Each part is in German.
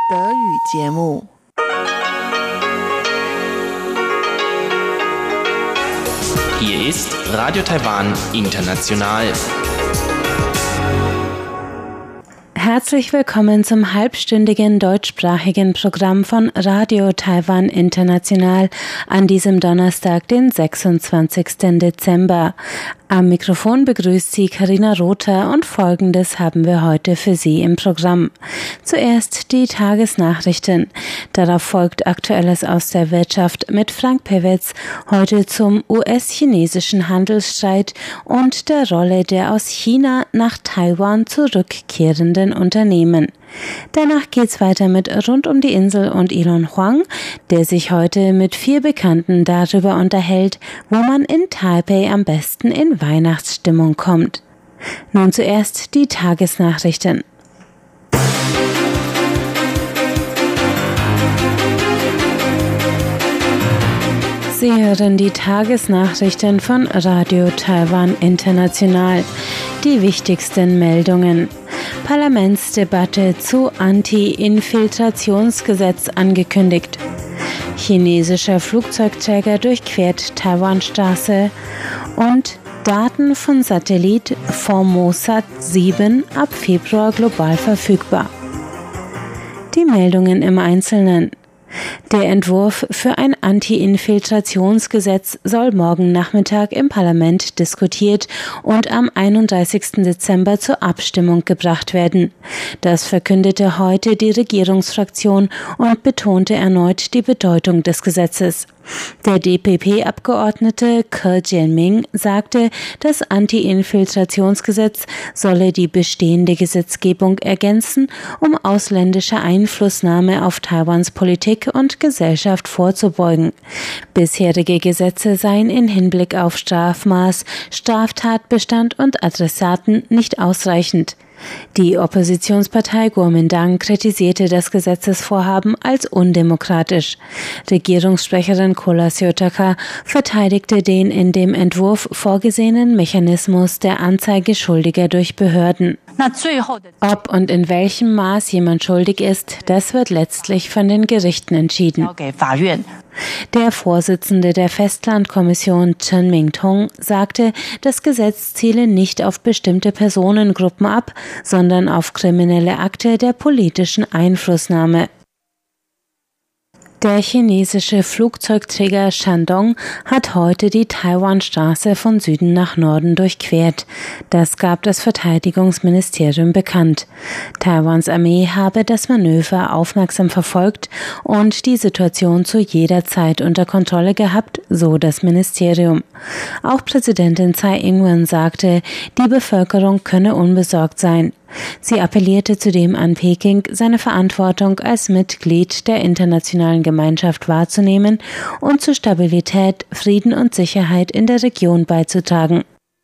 Hier ist Radio Taiwan International. Herzlich willkommen zum halbstündigen deutschsprachigen Programm von Radio Taiwan International an diesem Donnerstag, den 26. Dezember. Am Mikrofon begrüßt Sie Carina Rother und Folgendes haben wir heute für Sie im Programm. Zuerst die Tagesnachrichten. Darauf folgt Aktuelles aus der Wirtschaft mit Frank Pewitz, heute zum US-chinesischen Handelsstreit und der Rolle der aus China nach Taiwan zurückkehrenden Unternehmen. Danach geht's weiter mit Rund um die Insel und Elon Huang, der sich heute mit 4 Bekannten darüber unterhält, wo man in Taipei am besten in Weihnachtsstimmung kommt. Nun zuerst die Tagesnachrichten. Sie hören die Tagesnachrichten von Radio Taiwan International. Die wichtigsten Meldungen. Parlamentsdebatte zu Anti-Infiltrationsgesetz angekündigt. Chinesischer Flugzeugträger durchquert Taiwanstraße und Daten von Satellit Formosat 7 ab Februar global verfügbar. Die Meldungen im Einzelnen. Der Entwurf für ein Anti-Infiltrationsgesetz soll morgen Nachmittag im Parlament diskutiert und am 31. Dezember zur Abstimmung gebracht werden. Das verkündete heute die Regierungsfraktion und betonte erneut die Bedeutung des Gesetzes. Der DPP-Abgeordnete Ke Jianming sagte, das Anti-Infiltrationsgesetz solle die bestehende Gesetzgebung ergänzen, um ausländischer Einflussnahme auf Taiwans Politik und Gesellschaft vorzubeugen. Bisherige Gesetze seien in Hinblick auf Strafmaß, Straftatbestand und Adressaten nicht ausreichend. Die Oppositionspartei Kuomintang kritisierte das Gesetzesvorhaben als undemokratisch. Regierungssprecherin Kola Siotaka verteidigte den in dem Entwurf vorgesehenen Mechanismus der Anzeige Schuldiger durch Behörden. Ob und in welchem Maß jemand schuldig ist, das wird letztlich von den Gerichten entschieden. Der Vorsitzende der Festlandkommission Chen Mingtong sagte, das Gesetz ziele nicht auf bestimmte Personengruppen ab, sondern auf kriminelle Akte der politischen Einflussnahme. Der chinesische Flugzeugträger Shandong hat heute die Taiwanstraße von Süden nach Norden durchquert. Das gab das Verteidigungsministerium bekannt. Taiwans Armee habe das Manöver aufmerksam verfolgt und die Situation zu jeder Zeit unter Kontrolle gehabt, so das Ministerium. Auch Präsidentin Tsai Ing-wen sagte, die Bevölkerung könne unbesorgt sein. Sie appellierte zudem an Peking, seine Verantwortung als Mitglied der internationalen Gemeinschaft wahrzunehmen und zu Stabilität, Frieden und Sicherheit in der Region beizutragen.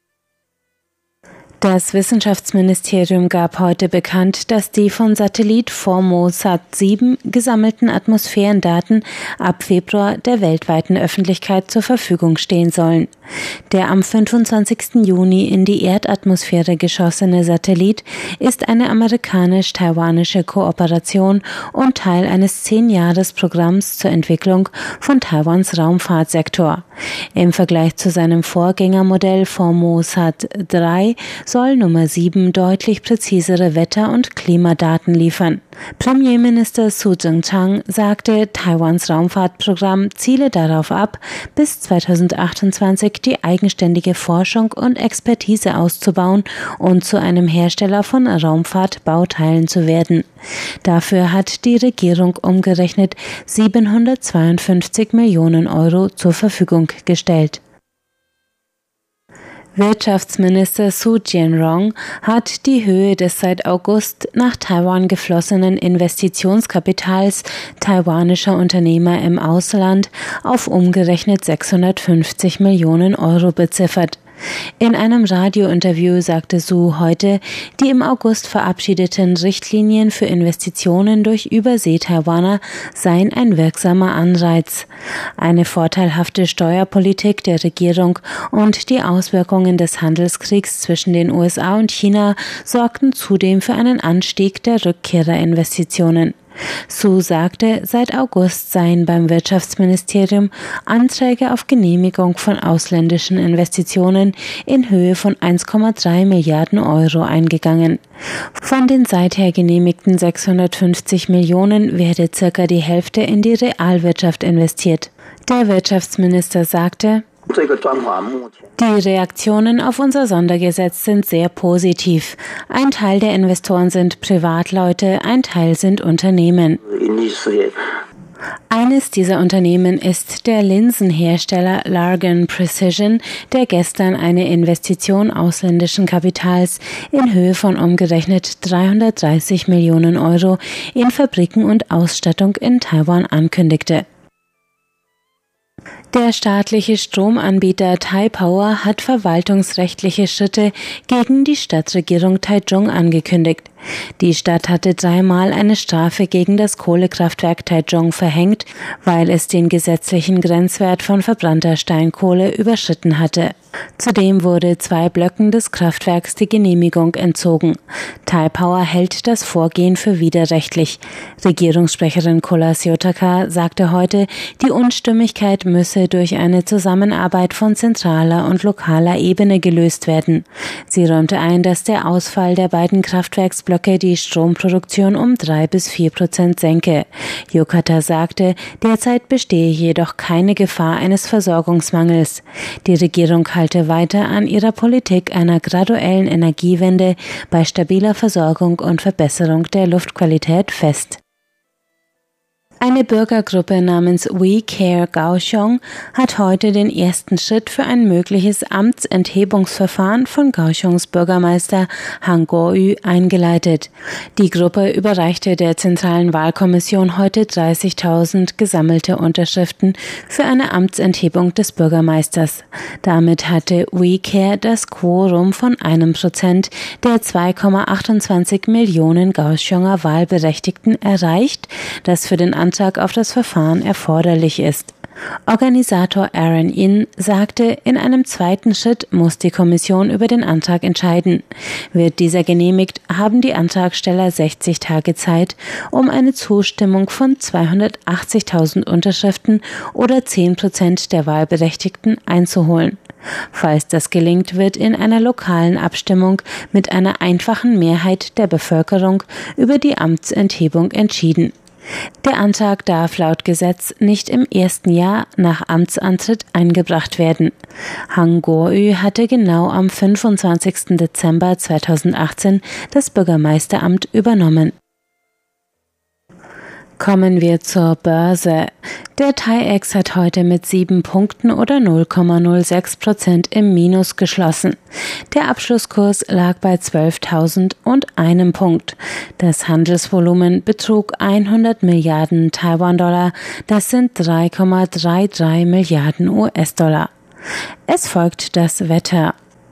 Das Wissenschaftsministerium gab heute bekannt, dass die von Satellit Formosat 7 gesammelten Atmosphärendaten ab Februar der weltweiten Öffentlichkeit zur Verfügung stehen sollen. Der am 25. Juni in die Erdatmosphäre geschossene Satellit ist eine amerikanisch-taiwanische Kooperation und Teil eines 10-Jahres-Programms zur Entwicklung von Taiwans Raumfahrtsektor. Im Vergleich zu seinem Vorgängermodell Formosat 3 soll Nummer 7 deutlich präzisere Wetter- und Klimadaten liefern. Premierminister Su Tseng-chang sagte, Taiwans Raumfahrtprogramm ziele darauf ab, bis 2028 die eigenständige Forschung und Expertise auszubauen und zu einem Hersteller von Raumfahrtbauteilen zu werden. Dafür hat die Regierung umgerechnet 752 Millionen Euro zur Verfügung gestellt. Wirtschaftsminister Su Jianrong hat die Höhe des seit August nach Taiwan geflossenen Investitionskapitals taiwanischer Unternehmer im Ausland auf umgerechnet 650 Millionen Euro beziffert. In einem Radiointerview sagte Su heute, die im August verabschiedeten Richtlinien für Investitionen durch Übersee-Taiwaner seien ein wirksamer Anreiz. Eine vorteilhafte Steuerpolitik der Regierung und die Auswirkungen des Handelskriegs zwischen den USA und China sorgten zudem für einen Anstieg der Rückkehrerinvestitionen. Su sagte, seit August seien beim Wirtschaftsministerium Anträge auf Genehmigung von ausländischen Investitionen in Höhe von 1,3 Milliarden Euro eingegangen. Von den seither genehmigten 650 Millionen werde circa die Hälfte in die Realwirtschaft investiert. Der Wirtschaftsminister sagte, die Reaktionen auf unser Sondergesetz sind sehr positiv. Ein Teil der Investoren sind Privatleute, ein Teil sind Unternehmen. Eines dieser Unternehmen ist der Linsenhersteller Largan Precision, der gestern eine Investition ausländischen Kapitals in Höhe von umgerechnet 330 Millionen Euro in Fabriken und Ausstattung in Taiwan ankündigte. Der staatliche Stromanbieter Taipower hat verwaltungsrechtliche Schritte gegen die Stadtregierung Taichung angekündigt. Die Stadt hatte 3-mal eine Strafe gegen das Kohlekraftwerk Taichung verhängt, weil es den gesetzlichen Grenzwert von verbrannter Steinkohle überschritten hatte. Zudem wurde 2 Blöcken des Kraftwerks die Genehmigung entzogen. Taipower hält das Vorgehen für widerrechtlich. Regierungssprecherin Kola Siotaka sagte heute, die Unstimmigkeit müsse durch eine Zusammenarbeit von zentraler und lokaler Ebene gelöst werden. Sie räumte ein, dass der Ausfall der beiden Kraftwerksblöcke die Stromproduktion um 3-4% senke. Yokata sagte, derzeit bestehe jedoch keine Gefahr eines Versorgungsmangels. Die Regierung halte weiter an ihrer Politik einer graduellen Energiewende bei stabiler Versorgung und Verbesserung der Luftqualität fest. Eine Bürgergruppe namens We Care Kaohsiung hat heute den ersten Schritt für ein mögliches Amtsenthebungsverfahren von Kaohsiungs Bürgermeister Han Kuo-yu eingeleitet. Die Gruppe überreichte der Zentralen Wahlkommission heute 30.000 gesammelte Unterschriften für eine Amtsenthebung des Bürgermeisters. Damit hatte We Care das Quorum von 1% der 2,28 Millionen Kaohsiunger Wahlberechtigten erreicht, das für den Antrag auf das Verfahren erforderlich ist. Organisator Aaron Yin sagte, in einem zweiten Schritt muss die Kommission über den Antrag entscheiden. Wird dieser genehmigt, haben die Antragsteller 60 Tage Zeit, um eine Zustimmung von 280.000 Unterschriften oder 10% der Wahlberechtigten einzuholen. Falls das gelingt, wird in einer lokalen Abstimmung mit einer einfachen Mehrheit der Bevölkerung über die Amtsenthebung entschieden. Der Antrag darf laut Gesetz nicht im ersten Jahr nach Amtsantritt eingebracht werden. Han Kuo-yu hatte genau am 25. Dezember 2018 das Bürgermeisteramt übernommen. Kommen wir zur Börse. Der TAIEX hat heute mit 7 Punkten oder 0,06% im Minus geschlossen. Der Abschlusskurs lag bei 12.001 Punkt. Das Handelsvolumen betrug 100 Milliarden Taiwan-Dollar, das sind 3,33 Milliarden US-Dollar. Es folgt das Wetter.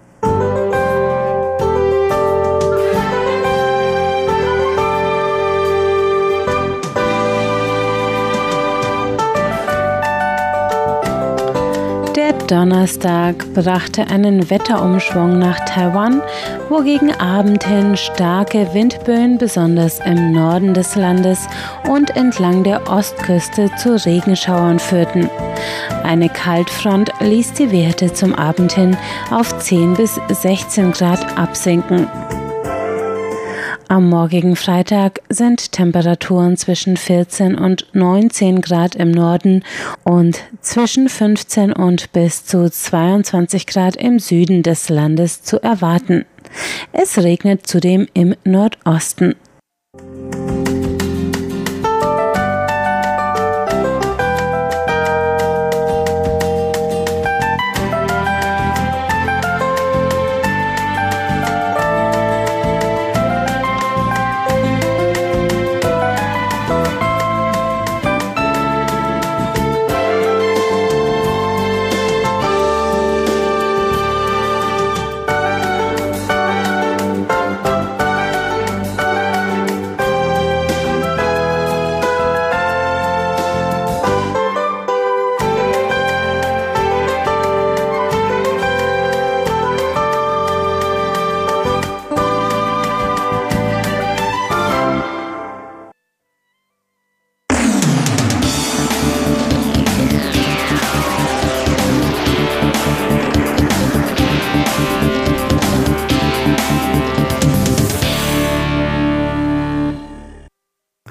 Der Donnerstag brachte einen Wetterumschwung nach Taiwan, wo gegen Abend hin starke Windböen besonders im Norden des Landes und entlang der Ostküste zu Regenschauern führten. Eine Kaltfront ließ die Werte zum Abend hin auf 10 bis 16 Grad absinken. Am morgigen Freitag sind Temperaturen zwischen 14 und 19 Grad im Norden und zwischen 15 und bis zu 22 Grad im Süden des Landes zu erwarten. Es regnet zudem im Nordosten.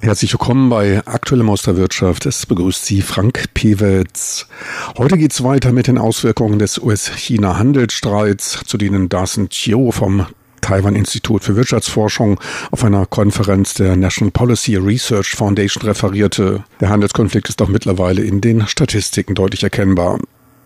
Herzlich willkommen bei Aktuellem aus der Wirtschaft. Es begrüßt Sie Frank Pewitz. Heute geht es weiter mit den Auswirkungen des US-China-Handelsstreits, zu denen Dasun Chiu vom Taiwan-Institut für Wirtschaftsforschung auf einer Konferenz der National Policy Research Foundation referierte. Der Handelskonflikt ist doch mittlerweile in den Statistiken deutlich erkennbar.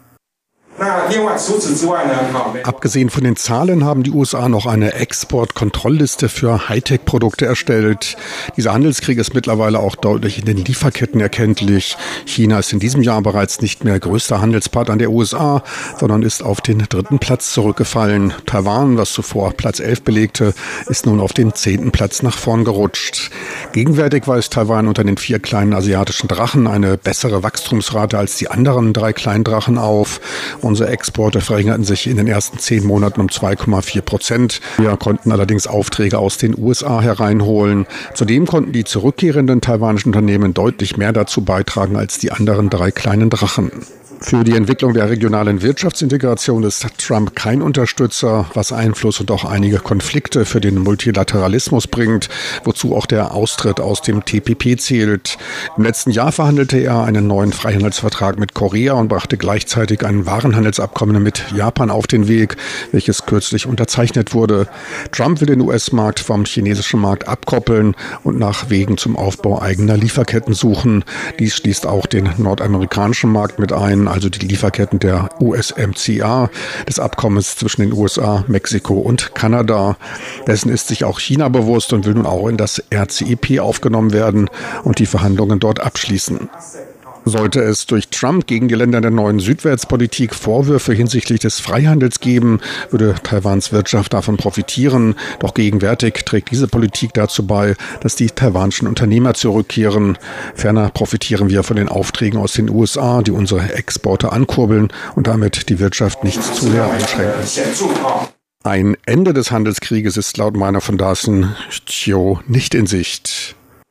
Abgesehen von den Zahlen haben die USA noch eine Exportkontrollliste für Hightech-Produkte erstellt. Dieser Handelskrieg ist mittlerweile auch deutlich in den Lieferketten erkenntlich. China ist in diesem Jahr bereits nicht mehr größter Handelspartner der USA, sondern ist auf den 3. Platz zurückgefallen. Taiwan, was zuvor Platz 11 belegte, ist nun auf den 10. Platz nach vorn gerutscht. Gegenwärtig weist Taiwan unter den 4 kleinen asiatischen Drachen eine bessere Wachstumsrate als die anderen 3 kleinen Drachen auf. Unsere Exporte verringerten sich in den ersten 10 Monaten um 2,4%. Wir konnten allerdings Aufträge aus den USA hereinholen. Zudem konnten die zurückkehrenden taiwanischen Unternehmen deutlich mehr dazu beitragen als die anderen 3 kleinen Drachen. Für die Entwicklung der regionalen Wirtschaftsintegration ist Trump kein Unterstützer, was Einfluss und auch einige Konflikte für den Multilateralismus bringt, wozu auch der Austritt aus dem TPP zählt. Im letzten Jahr verhandelte er einen neuen Freihandelsvertrag mit Korea und brachte gleichzeitig ein Warenhandelsabkommen mit Japan auf den Weg, welches kürzlich unterzeichnet wurde. Trump will den US-Markt vom chinesischen Markt abkoppeln und nach Wegen zum Aufbau eigener Lieferketten suchen. Dies schließt auch den nordamerikanischen Markt mit ein, also die Lieferketten der USMCA, des Abkommens zwischen den USA, Mexiko und Kanada. Dessen ist sich auch China bewusst und will nun auch in das RCEP aufgenommen werden und die Verhandlungen dort abschließen. Sollte es durch Trump gegen die Länder der neuen Südwärtspolitik Vorwürfe hinsichtlich des Freihandels geben, würde Taiwans Wirtschaft davon profitieren. Doch gegenwärtig trägt diese Politik dazu bei, dass die taiwanischen Unternehmer zurückkehren. Ferner profitieren wir von den Aufträgen aus den USA, die unsere Exporte ankurbeln und damit die Wirtschaft nicht zu sehr einschränken. Ein Ende des Handelskrieges ist laut meiner von Dasun Chiu nicht in Sicht.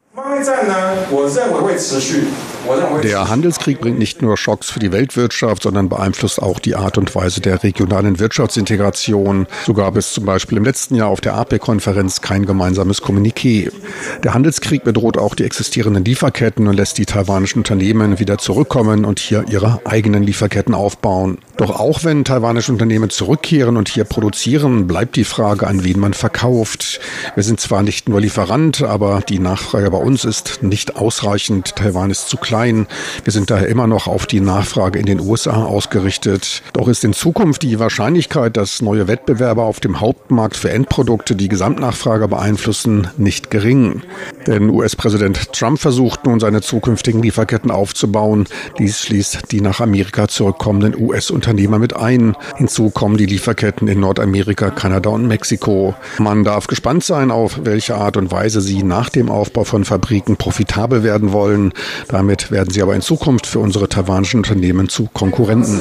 Der Handelskrieg bringt nicht nur Schocks für die Weltwirtschaft, sondern beeinflusst auch die Art und Weise der regionalen Wirtschaftsintegration. So gab es zum Beispiel im letzten Jahr auf der APEC-Konferenz kein gemeinsames Kommuniqué. Der Handelskrieg bedroht auch die existierenden Lieferketten und lässt die taiwanischen Unternehmen wieder zurückkommen und hier ihre eigenen Lieferketten aufbauen. Doch auch wenn taiwanische Unternehmen zurückkehren und hier produzieren, bleibt die Frage, an wen man verkauft. Wir sind zwar nicht nur Lieferant, aber die Nachfrage bei uns ist nicht ausreichend. Taiwan ist zu klein. Wir sind daher immer noch auf die Nachfrage in den USA ausgerichtet. Doch ist in Zukunft die Wahrscheinlichkeit, dass neue Wettbewerber auf dem Hauptmarkt für Endprodukte die Gesamtnachfrage beeinflussen, nicht gering. Denn US-Präsident Trump versucht nun, seine zukünftigen Lieferketten aufzubauen. Dies schließt die nach Amerika zurückkommenden US-Unternehmer mit ein. Hinzu kommen die Lieferketten in Nordamerika, Kanada und Mexiko. Man darf gespannt sein, auf welche Art und Weise sie nach dem Aufbau von Fabriken profitabel werden wollen. Damit werden sie aber in Zukunft für unsere taiwanischen Unternehmen zu Konkurrenten.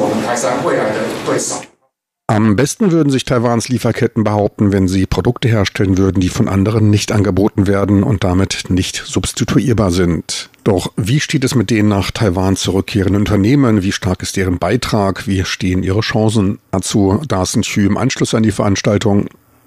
Am besten würden sich Taiwans Lieferketten behaupten, wenn sie Produkte herstellen würden, die von anderen nicht angeboten werden und damit nicht substituierbar sind. Doch wie steht es mit den nach Taiwan zurückkehrenden Unternehmen? Wie stark ist deren Beitrag? Wie stehen ihre Chancen? Dazu Dasun Chiu im Anschluss an die Veranstaltung.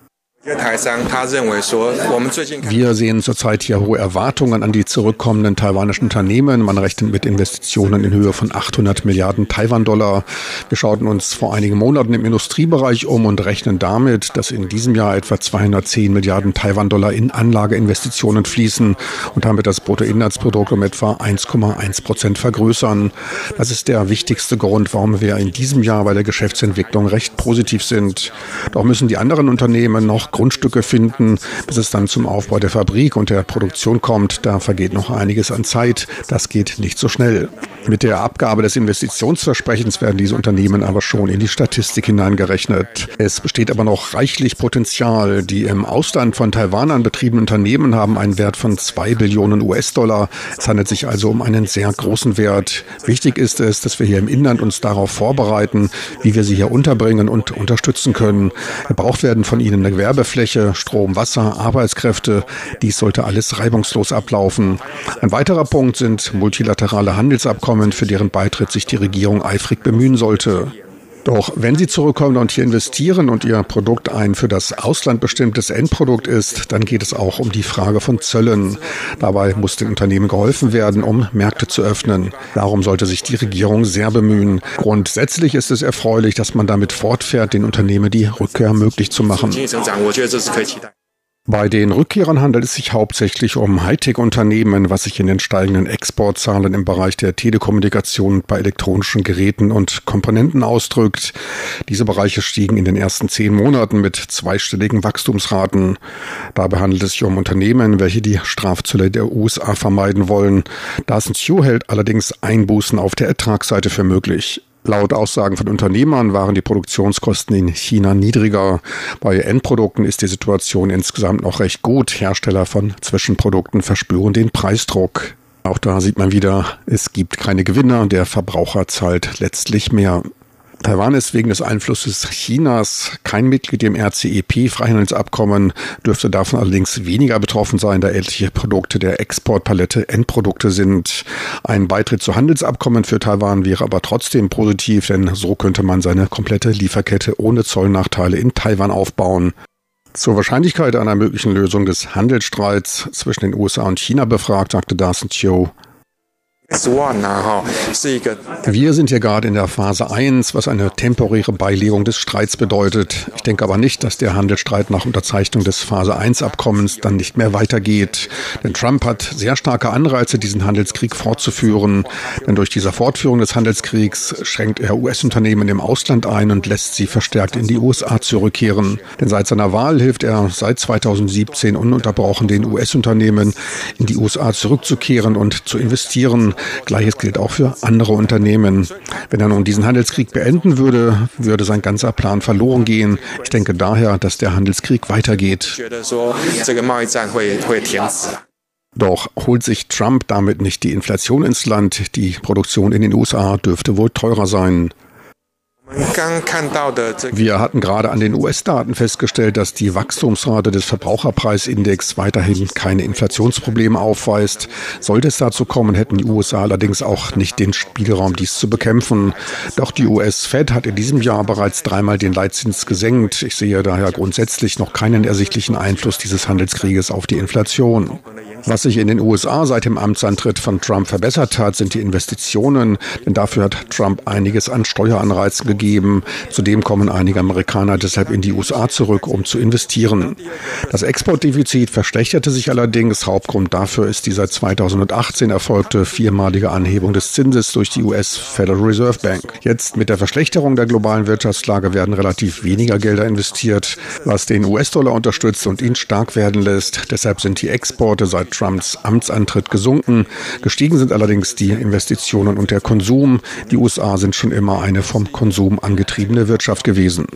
Wir sehen zurzeit hier hohe Erwartungen an die zurückkommenden taiwanischen Unternehmen. Man rechnet mit Investitionen in Höhe von 800 Milliarden Taiwan-Dollar. Wir schauten uns vor einigen Monaten im Industriebereich um und rechnen damit, dass in diesem Jahr etwa 210 Milliarden Taiwan-Dollar in Anlageinvestitionen fließen und damit das Bruttoinlandsprodukt um etwa 1,1% vergrößern. Das ist der wichtigste Grund, warum wir in diesem Jahr bei der Geschäftsentwicklung recht positiv sind. Doch müssen die anderen Unternehmen noch Grundstücke finden, bis es dann zum Aufbau der Fabrik und der Produktion kommt. Da vergeht noch einiges an Zeit. Das geht nicht so schnell. Mit der Abgabe des Investitionsversprechens werden diese Unternehmen aber schon in die Statistik hineingerechnet. Es besteht aber noch reichlich Potenzial. Die im Ausland von Taiwanern betriebenen Unternehmen haben einen Wert von 2 Billionen US-Dollar. Es handelt sich also um einen sehr großen Wert. Wichtig ist es, dass wir hier im Inland uns darauf vorbereiten, wie wir sie hier unterbringen und unterstützen können. Gebraucht werden von ihnen eine Gewerbefläche, Strom, Wasser, Arbeitskräfte. Dies sollte alles reibungslos ablaufen. Ein weiterer Punkt sind multilaterale Handelsabkommen, für deren Beitritt sich die Regierung eifrig bemühen sollte. Doch wenn sie zurückkommen und hier investieren und ihr Produkt ein für das Ausland bestimmtes Endprodukt ist, dann geht es auch um die Frage von Zöllen. Dabei muss den Unternehmen geholfen werden, um Märkte zu öffnen. Darum sollte sich die Regierung sehr bemühen. Grundsätzlich ist es erfreulich, dass man damit fortfährt, den Unternehmen die Rückkehr möglich zu machen. Bei den Rückkehrern handelt es sich hauptsächlich um Hightech-Unternehmen, was sich in den steigenden Exportzahlen im Bereich der Telekommunikation bei elektronischen Geräten und Komponenten ausdrückt. Diese Bereiche stiegen in den ersten 10 Monaten mit zweistelligen Wachstumsraten. Dabei handelt es sich um Unternehmen, welche die Strafzölle der USA vermeiden wollen. Dawson hält allerdings Einbußen auf der Ertragsseite für möglich. Laut Aussagen von Unternehmern waren die Produktionskosten in China niedriger. Bei Endprodukten ist die Situation insgesamt noch recht gut. Hersteller von Zwischenprodukten verspüren den Preisdruck. Auch da sieht man wieder, es gibt keine Gewinner, der Verbraucher zahlt letztlich mehr. Taiwan ist wegen des Einflusses Chinas kein Mitglied im RCEP-Freihandelsabkommen, dürfte davon allerdings weniger betroffen sein, da etliche Produkte der Exportpalette Endprodukte sind. Ein Beitritt zu Handelsabkommen für Taiwan wäre aber trotzdem positiv, denn so könnte man seine komplette Lieferkette ohne Zollnachteile in Taiwan aufbauen. Zur Wahrscheinlichkeit einer möglichen Lösung des Handelsstreits zwischen den USA und China befragt, sagte Dawson Chiu: Wir sind hier gerade in der Phase 1, was eine temporäre Beilegung des Streits bedeutet. Ich denke aber nicht, dass der Handelsstreit nach Unterzeichnung des Phase 1-Abkommens dann nicht mehr weitergeht. Denn Trump hat sehr starke Anreize, diesen Handelskrieg fortzuführen. Denn durch diese Fortführung des Handelskriegs schränkt er US-Unternehmen im Ausland ein und lässt sie verstärkt in die USA zurückkehren. Denn seit seiner Wahl hilft er seit 2017 ununterbrochen den US-Unternehmen, in die USA zurückzukehren und zu investieren. Gleiches gilt auch für andere Unternehmen. Wenn er nun diesen Handelskrieg beenden würde, würde sein ganzer Plan verloren gehen. Ich denke daher, dass der Handelskrieg weitergeht. Doch holt sich Trump damit nicht die Inflation ins Land? Die Produktion in den USA dürfte wohl teurer sein. Wir hatten gerade an den US-Daten festgestellt, dass die Wachstumsrate des Verbraucherpreisindex weiterhin keine Inflationsprobleme aufweist. Sollte es dazu kommen, hätten die USA allerdings auch nicht den Spielraum, dies zu bekämpfen. Doch die US-Fed hat in diesem Jahr bereits 3-mal den Leitzins gesenkt. Ich sehe daher grundsätzlich noch keinen ersichtlichen Einfluss dieses Handelskrieges auf die Inflation. Was sich in den USA seit dem Amtsantritt von Trump verbessert hat, sind die Investitionen, denn dafür hat Trump einiges an Steueranreizen gegeben. Zudem kommen einige Amerikaner deshalb in die USA zurück, um zu investieren. Das Exportdefizit verschlechterte sich allerdings. Hauptgrund dafür ist die seit 2018 erfolgte 4-malige Anhebung des Zinses durch die US Federal Reserve Bank. Jetzt mit der Verschlechterung der globalen Wirtschaftslage werden relativ weniger Gelder investiert, was den US-Dollar unterstützt und ihn stark werden lässt. Deshalb sind die Exporte seit Trumps Amtsantritt gesunken. Gestiegen sind allerdings die Investitionen und der Konsum. Die USA sind schon immer eine vom Konsum angetriebene Wirtschaft gewesen.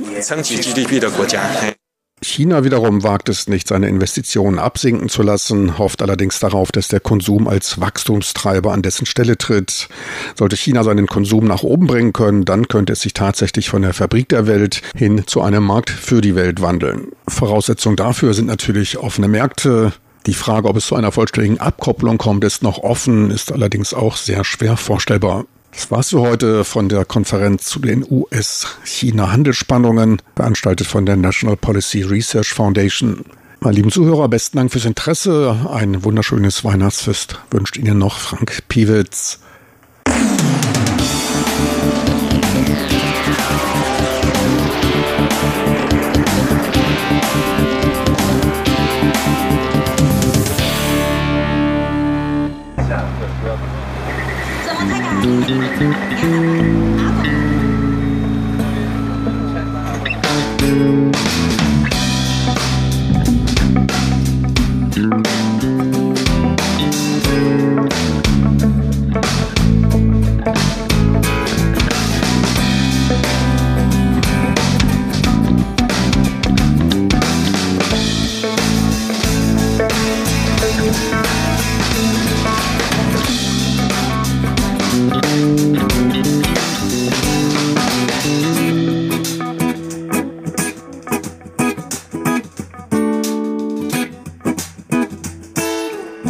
China wiederum wagt es nicht, seine Investitionen absinken zu lassen, hofft allerdings darauf, dass der Konsum als Wachstumstreiber an dessen Stelle tritt. Sollte China seinen Konsum nach oben bringen können, dann könnte es sich tatsächlich von der Fabrik der Welt hin zu einem Markt für die Welt wandeln. Voraussetzung dafür sind natürlich offene Märkte. Die Frage, ob es zu einer vollständigen Abkopplung kommt, ist noch offen, ist allerdings auch sehr schwer vorstellbar. Das war's für heute von der Konferenz zu den US-China-Handelsspannungen, veranstaltet von der National Policy Research Foundation. Meine lieben Zuhörer, besten Dank fürs Interesse. Ein wunderschönes Weihnachtsfest wünscht Ihnen noch Frank Piewitz.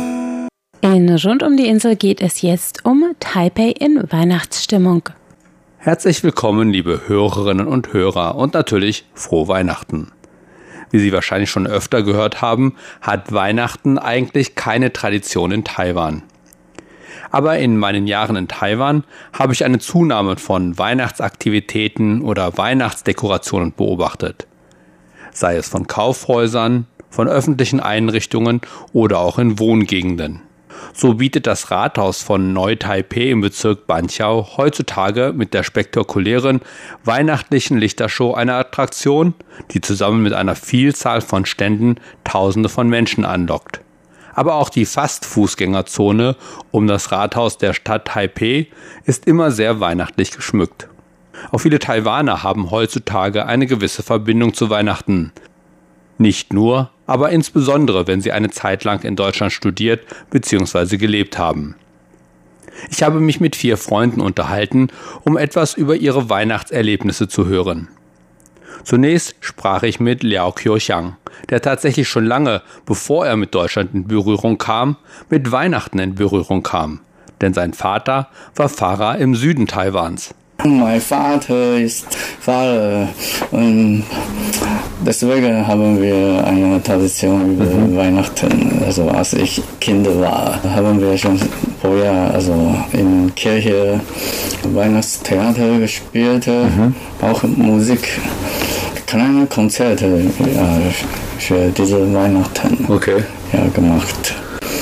Rund um die Insel geht es jetzt um Taipei in Weihnachtsstimmung. Herzlich willkommen, liebe Hörerinnen und Hörer, und natürlich frohe Weihnachten. Wie Sie wahrscheinlich schon öfter gehört haben, hat Weihnachten eigentlich keine Tradition in Taiwan. Aber in meinen Jahren in Taiwan habe ich eine Zunahme von Weihnachtsaktivitäten oder Weihnachtsdekorationen beobachtet. Sei es von Kaufhäusern, von öffentlichen Einrichtungen oder auch in Wohngegenden. So bietet das Rathaus von Neu-Taipeh im Bezirk Banqiao heutzutage mit der spektakulären weihnachtlichen Lichtershow eine Attraktion, die zusammen mit einer Vielzahl von Ständen Tausende von Menschen anlockt. Aber auch die Fast-Fußgängerzone um das Rathaus der Stadt Taipeh ist immer sehr weihnachtlich geschmückt. Auch viele Taiwaner haben heutzutage eine gewisse Verbindung zu Weihnachten. Nicht nur, aber insbesondere, wenn sie eine Zeit lang in Deutschland studiert bzw. gelebt haben. Ich habe mich mit 4 Freunden unterhalten, um etwas über ihre Weihnachtserlebnisse zu hören. Zunächst sprach ich mit Liao Qiuxiang, der tatsächlich schon lange, bevor er mit Deutschland in Berührung kam, mit Weihnachten in Berührung kam. Denn sein Vater war Pfarrer im Süden Taiwans. Mein Vater ist Pfarrer und deswegen haben wir eine Tradition über Weihnachten. Also als ich Kind war, haben wir schon pro Jahr in Kirche Weihnachtstheater gespielt, auch Musik, kleine Konzerte für diese Weihnachten gemacht.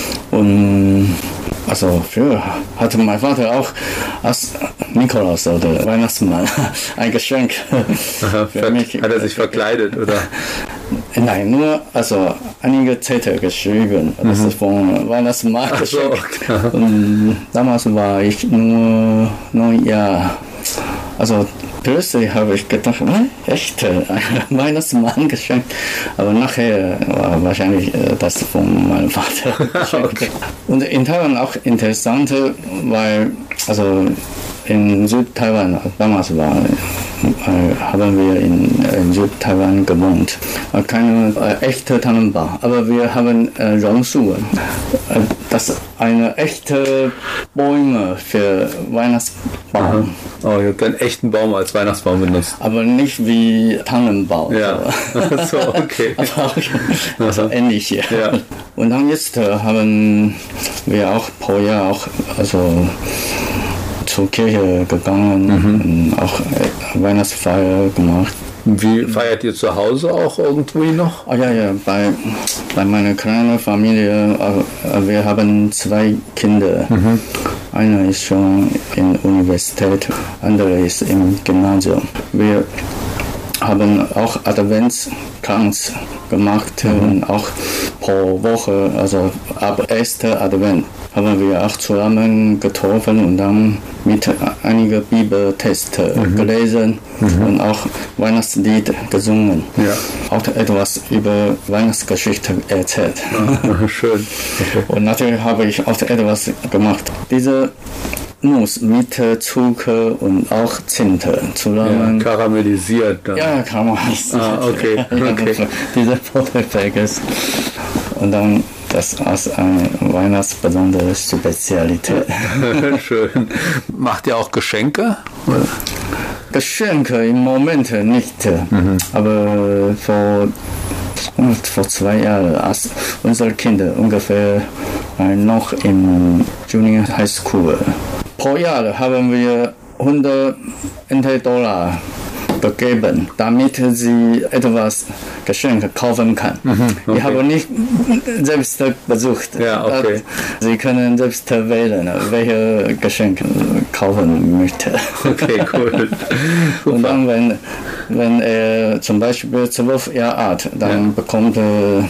Und früher hatte mein Vater auch als Nikolaus oder Weihnachtsmann ein Geschenk für mich. Hat er sich verkleidet, oder? Nein, nur einige Zettel geschrieben. Das ist von Weihnachtsmann Geschenk. Und damals war ich nur 9 Jahre. Plötzlich habe ich gedacht, echt, ein Weihnachtsmann geschenkt. Aber nachher war wahrscheinlich das von meinem Vater geschenkt. Und in Taiwan auch interessant, weil in Südtaiwan damals haben wir in Südtaiwan gewohnt. Keine echte Tannenbaum, aber wir haben Rongschuhe. Das eine echte Bäume für Weihnachtsbaum. Oh, ihr habt einen echten Baum als Weihnachtsbaum benutzt. Aber nicht wie Tannenbaum. Ja, so, okay. Aber ähnlich. Ja. Und dann jetzt haben wir auch pro Jahr zur Kirche gegangen und auch Weihnachtsfeier gemacht. Wie feiert ihr zu Hause auch irgendwie noch? Ja, bei meiner kleinen Familie, wir haben 2 Kinder. Einer ist schon in der Universität, andere ist im Gymnasium. Wir haben auch Adventskranz gemacht und auch pro Woche, ab 1. Advent, haben wir auch zusammen getroffen und dann mit einigen Bibeltests gelesen und auch Weihnachtslied gesungen. Ja. Auch etwas über Weihnachtsgeschichte erzählt. Schön. Okay. Und natürlich habe ich auch etwas gemacht. Diese Nuss mit Zucker und auch Zinte zusammen. Ja, karamellisiert dann. Ja, karamellisiert. Okay. Diese Proteinfäges. Und dann das als eine weihnachtsbesondere Spezialität. Schön. Macht ihr auch Geschenke? Geschenke im Moment nicht. Aber vor 2 Jahren, als unsere Kinder ungefähr noch im Junior High School. Pro Jahr haben wir 100 NT$ gegeben, damit sie etwas Geschenke kaufen kann. Okay. Ich habe nicht selbst besucht. Ja, okay. Sie können selbst wählen, welche Geschenke kaufen möchte. Okay, cool. Und dann, wenn er zum Beispiel 12 Jahre alt, dann bekommt er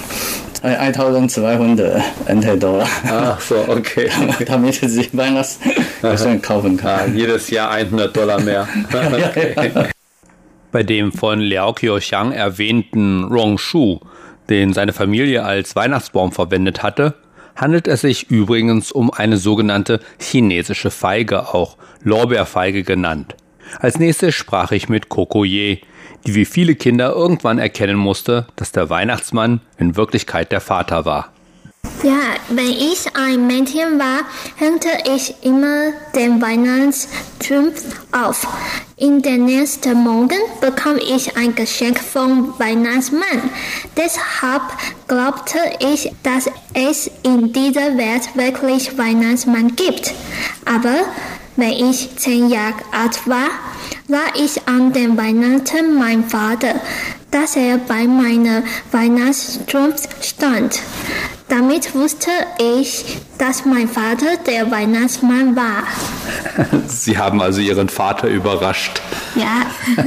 1200 NT$. Ach so, okay. Damit sie Weihnachtsgeschenke kaufen kann. Jedes Jahr $100 mehr. Okay. Bei dem von Liao Qiuxiang erwähnten Rongshu, den seine Familie als Weihnachtsbaum verwendet hatte, handelt es sich übrigens um eine sogenannte chinesische Feige, auch Lorbeerfeige genannt. Als nächstes sprach ich mit Coco Ye, die wie viele Kinder irgendwann erkennen musste, dass der Weihnachtsmann in Wirklichkeit der Vater war. Ja, wenn ich ein Mädchen war, hängte ich immer den Weihnachtsstrumpf auf. In den nächsten Morgen bekam ich ein Geschenk vom Weihnachtsmann. Deshalb glaubte ich, dass es in dieser Welt wirklich Weihnachtsmann gibt. Aber wenn ich 10 Jahre alt war, sah ich an den Weihnachten meinen Vater, dass er bei meiner Weihnachtsstrumpf stand. Damit wusste ich, dass mein Vater der Weihnachtsmann war. Sie haben also Ihren Vater überrascht. Ja.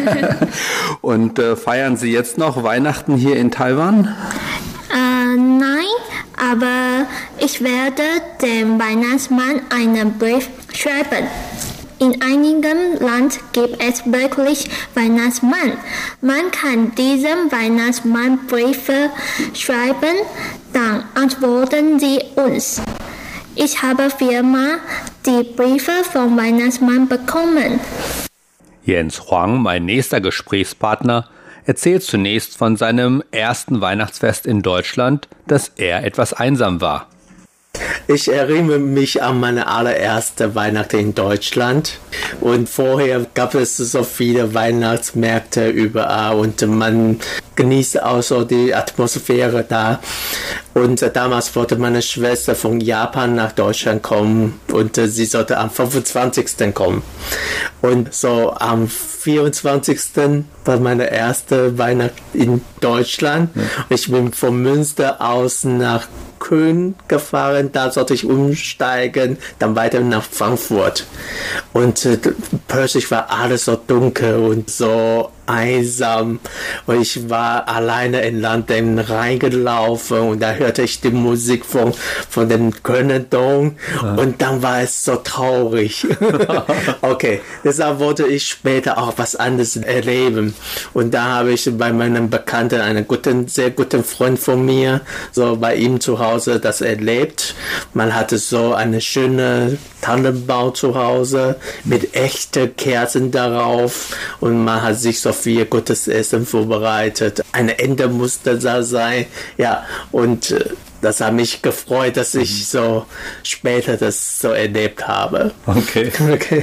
Und feiern Sie jetzt noch Weihnachten hier in Taiwan? Nein, aber ich werde dem Weihnachtsmann einen Brief schreiben. In einigen Ländern gibt es wirklich Weihnachtsmann. Man kann diesem Weihnachtsmann Briefe schreiben, dann antworten sie uns. Ich habe 4-mal die Briefe vom Weihnachtsmann bekommen. Jens Huang, mein nächster Gesprächspartner, erzählt zunächst von seinem ersten Weihnachtsfest in Deutschland, dass er etwas einsam war. Ich erinnere mich an meine allererste Weihnachten in Deutschland und vorher gab es so viele Weihnachtsmärkte überall und man genießt auch so die Atmosphäre da. Und damals wollte meine Schwester von Japan nach Deutschland kommen und sie sollte am 25. kommen. Und so am 24. war meine erste Weihnacht in Deutschland. Ich bin von Münster aus nach Köln gefahren, da sollte ich umsteigen, dann weiter nach Frankfurt. Und plötzlich war alles so dunkel und so einsam. Und ich war alleine entlang dem Rhein gelaufen und da hörte ich die Musik von dem Kölner Dom und dann war es so traurig. Okay, deshalb wollte ich später auch was anderes erleben. Und da habe ich bei meinem Bekannten, einen sehr guten Freund von mir, so bei ihm zu Hause das erlebt. Man hatte so eine schöne Tannenbaum zu Hause mit echten Kerzen darauf und man hat sich so viel gutes Essen vorbereitet. Ein Ende musste da sein. Ja, und das hat mich gefreut, dass ich so später das so erlebt habe. Okay.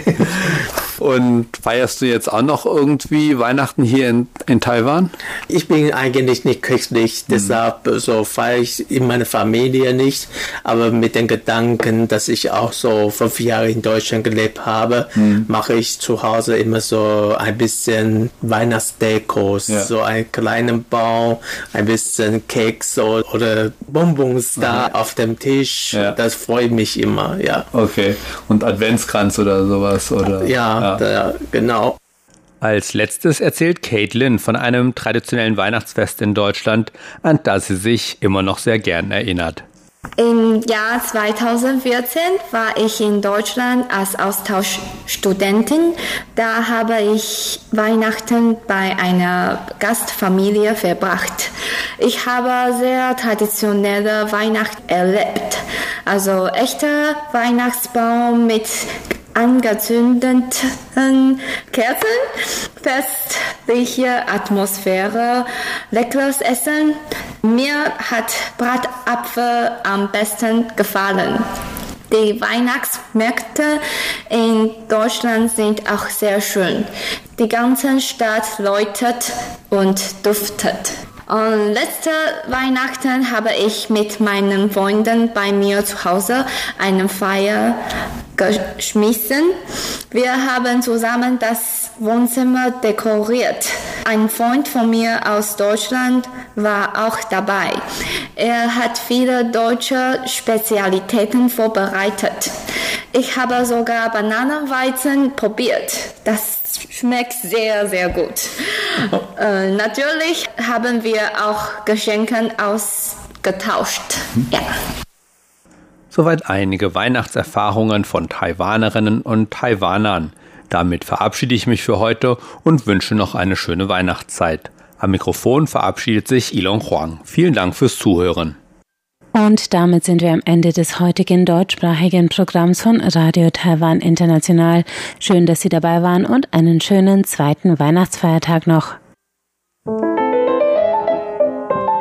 Und feierst du jetzt auch noch irgendwie Weihnachten hier in Taiwan? Ich bin eigentlich nicht christlich, deshalb so feiere ich in meiner Familie nicht, aber mit den Gedanken, dass ich auch so 5 Jahre in Deutschland gelebt habe, mache ich zu Hause immer so ein bisschen Weihnachtsdekos, so einen kleinen Baum, ein bisschen Keks oder Bonbons da auf dem Tisch. Ja. Das freut mich immer, ja. Okay. Und Adventskranz oder sowas? Oder? Ja, genau. Als letztes erzählt Caitlin von einem traditionellen Weihnachtsfest in Deutschland, an das sie sich immer noch sehr gern erinnert. Im Jahr 2014 war ich in Deutschland als Austauschstudentin. Da habe ich Weihnachten bei einer Gastfamilie verbracht. Ich habe sehr traditionelle Weihnachten erlebt. Also echter Weihnachtsbaum mit angezündeten Kerzen, festliche Atmosphäre, leckeres Essen. Mir hat Bratapfel am besten gefallen. Die Weihnachtsmärkte in Deutschland sind auch sehr schön. Die ganze Stadt leuchtet und duftet. Und letzte Weihnachten habe ich mit meinen Freunden bei mir zu Hause eine Feier geschmissen. Wir haben zusammen das Wohnzimmer dekoriert. Ein Freund von mir aus Deutschland war auch dabei. Er hat viele deutsche Spezialitäten vorbereitet. Ich habe sogar Bananenweizen probiert. Das schmeckt sehr, sehr gut. Natürlich haben wir auch Geschenke ausgetauscht. Ja. Soweit einige Weihnachtserfahrungen von Taiwanerinnen und Taiwanern. Damit verabschiede ich mich für heute und wünsche noch eine schöne Weihnachtszeit. Am Mikrofon verabschiedet sich Ilon Huang. Vielen Dank fürs Zuhören. Und damit sind wir am Ende des heutigen deutschsprachigen Programms von Radio Taiwan International. Schön, dass Sie dabei waren und einen schönen zweiten Weihnachtsfeiertag noch.